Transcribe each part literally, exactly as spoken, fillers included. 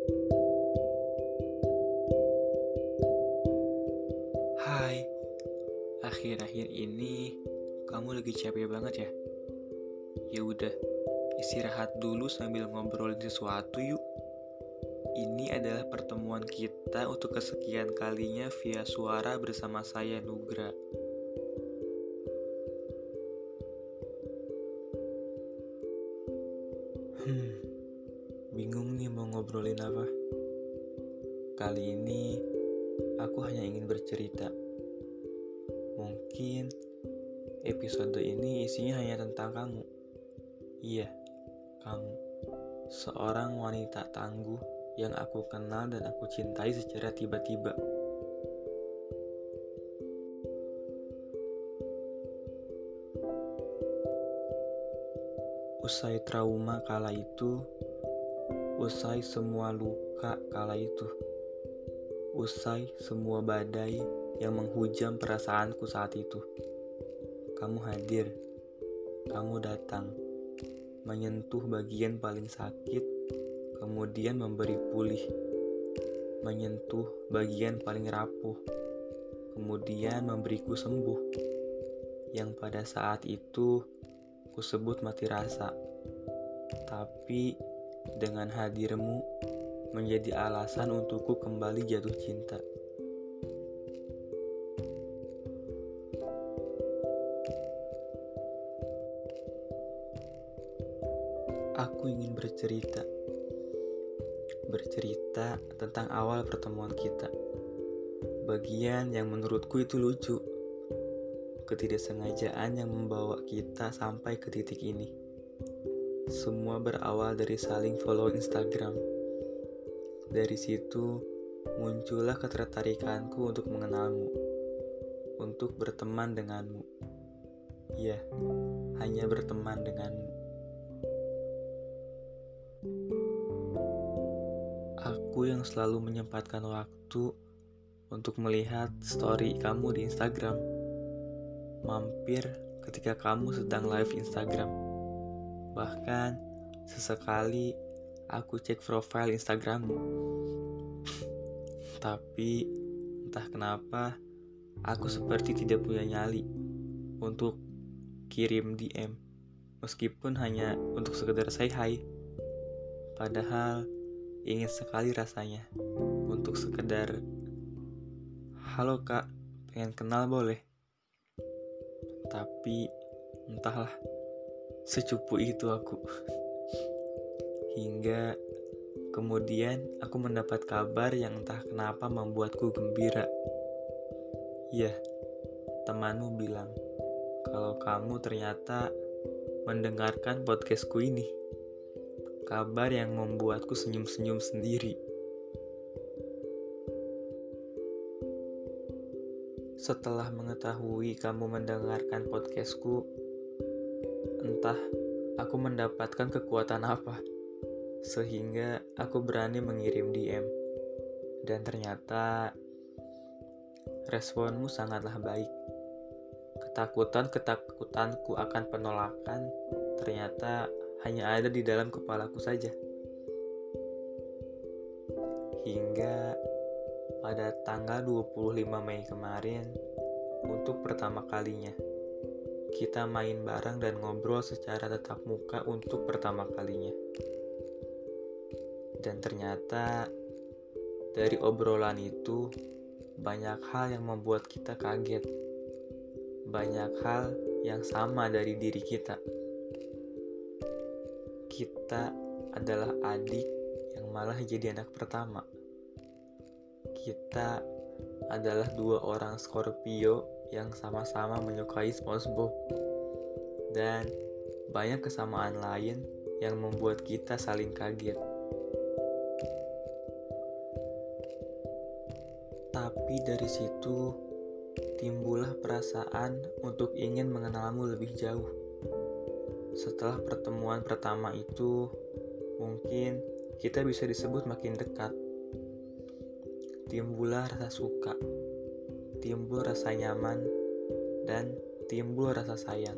Hai, akhir-akhir ini kamu lagi capek banget ya? Ya udah, istirahat dulu sambil ngobrolin sesuatu yuk. Ini adalah pertemuan kita untuk kesekian kalinya via suara bersama saya Nugra. Hmm, bingung nih mau ngobrolin apa. Kali ini aku hanya ingin bercerita. Mungkin episode ini isinya hanya tentang kamu. Iya, kamu. Seorang wanita tangguh yang aku kenal dan aku cintai secara tiba-tiba. Usai trauma kala itu, usai semua luka kala itu, usai semua badai yang menghujam perasaanku saat itu, kamu hadir, kamu datang, menyentuh bagian paling sakit, kemudian memberi pulih, menyentuh bagian paling rapuh, kemudian memberiku sembuh, yang pada saat itu kusebut mati rasa, tapi dengan hadirmu menjadi alasan untukku kembali jatuh cinta. Aku ingin bercerita, bercerita tentang awal pertemuan kita. Bagian yang menurutku itu lucu, ketidaksengajaan yang membawa kita sampai ke titik ini. Semua berawal dari saling follow Instagram. Dari situ muncullah ketertarikanku untuk mengenalmu, untuk berteman denganmu. Ya, hanya berteman denganmu. Aku yang selalu menyempatkan waktu untuk melihat story kamu di Instagram. Mampir ketika kamu sedang live Instagram. Bahkan sesekali aku cek profile Instagrammu. Tapi entah kenapa aku seperti tidak punya nyali untuk kirim D M, meskipun hanya untuk sekedar say hi. Padahal ingin sekali rasanya untuk sekedar halo kak, pengen kenal boleh. Tapi entahlah, secupu itu aku. Hingga kemudian aku mendapat kabar yang entah kenapa membuatku gembira. Ya, temanmu bilang kalau kamu ternyata mendengarkan podcastku ini. Kabar yang membuatku senyum-senyum sendiri. Setelah mengetahui kamu mendengarkan podcastku, entah aku mendapatkan kekuatan apa, sehingga aku berani mengirim D M. Dan ternyata responmu sangatlah baik. Ketakutan-ketakutanku akan penolakan ternyata hanya ada di dalam kepalaku saja. Hingga pada tanggal dua puluh lima Mei kemarin, untuk pertama kalinya, kita main bareng dan ngobrol secara tatap muka untuk pertama kalinya. Dan ternyata dari obrolan itu banyak hal yang membuat kita kaget. Banyak hal yang sama dari diri kita. Kita adalah adik yang malah jadi anak pertama. Kita adalah dua orang Scorpio yang sama-sama menyukai SpongeBob. Dan banyak kesamaan lain yang membuat kita saling kaget. Tapi dari situ timbullah perasaan untuk ingin mengenalmu lebih jauh. Setelah pertemuan pertama itu, mungkin kita bisa disebut makin dekat. Timbullah rasa suka, timbul rasa nyaman, dan timbul rasa sayang.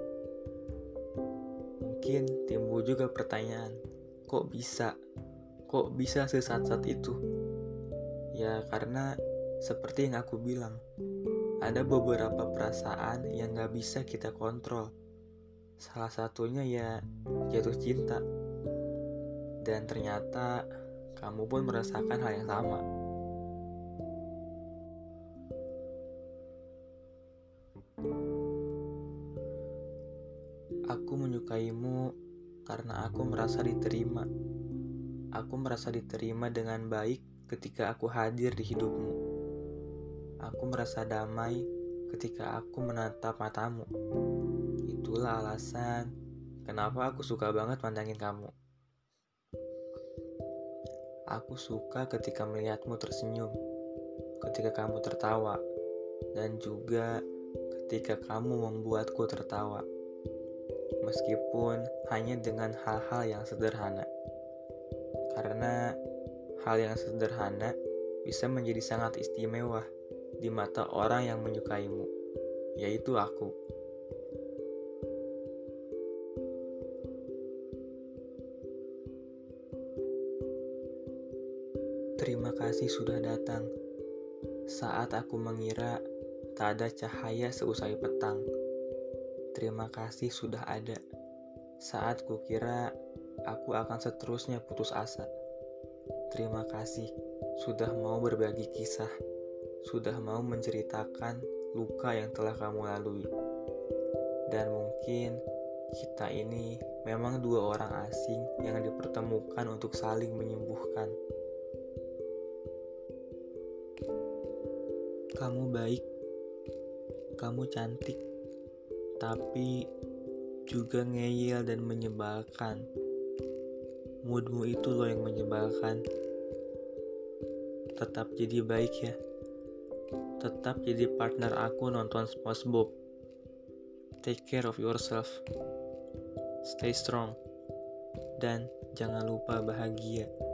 Mungkin timbul juga pertanyaan, kok bisa? Kok bisa sesat-sat itu? Ya karena seperti yang aku bilang, ada beberapa perasaan yang gak bisa kita kontrol. Salah satunya ya jatuh cinta. Dan ternyata kamu pun merasakan hal yang sama. Aku menyukaimu karena aku merasa diterima. Aku merasa diterima dengan baik ketika aku hadir di hidupmu. Aku merasa damai ketika aku menatap matamu. Itulah alasan kenapa aku suka banget mandangin kamu. Aku suka ketika melihatmu tersenyum, ketika kamu tertawa, dan juga ketika kamu membuatku tertawa. Meskipun hanya dengan hal-hal yang sederhana. Karena hal yang sederhana bisa menjadi sangat istimewa di mata orang yang menyukaimu, yaitu aku. Terima kasih sudah datang saat aku mengira tak ada cahaya seusai petang. Terima kasih sudah ada saat kukira aku akan seterusnya putus asa. Terima kasih sudah mau berbagi kisah, sudah mau menceritakan luka yang telah kamu lalui. Dan mungkin kita ini memang dua orang asing yang dipertemukan untuk saling menyembuhkan. Kamu baik, kamu cantik, tapi juga ngeyel dan menyebalkan. Moodmu itu loh yang menyebalkan. Tetap jadi baik ya. Tetap jadi partner aku nonton SpongeBob. Take care of yourself. Stay strong. Dan jangan lupa bahagia.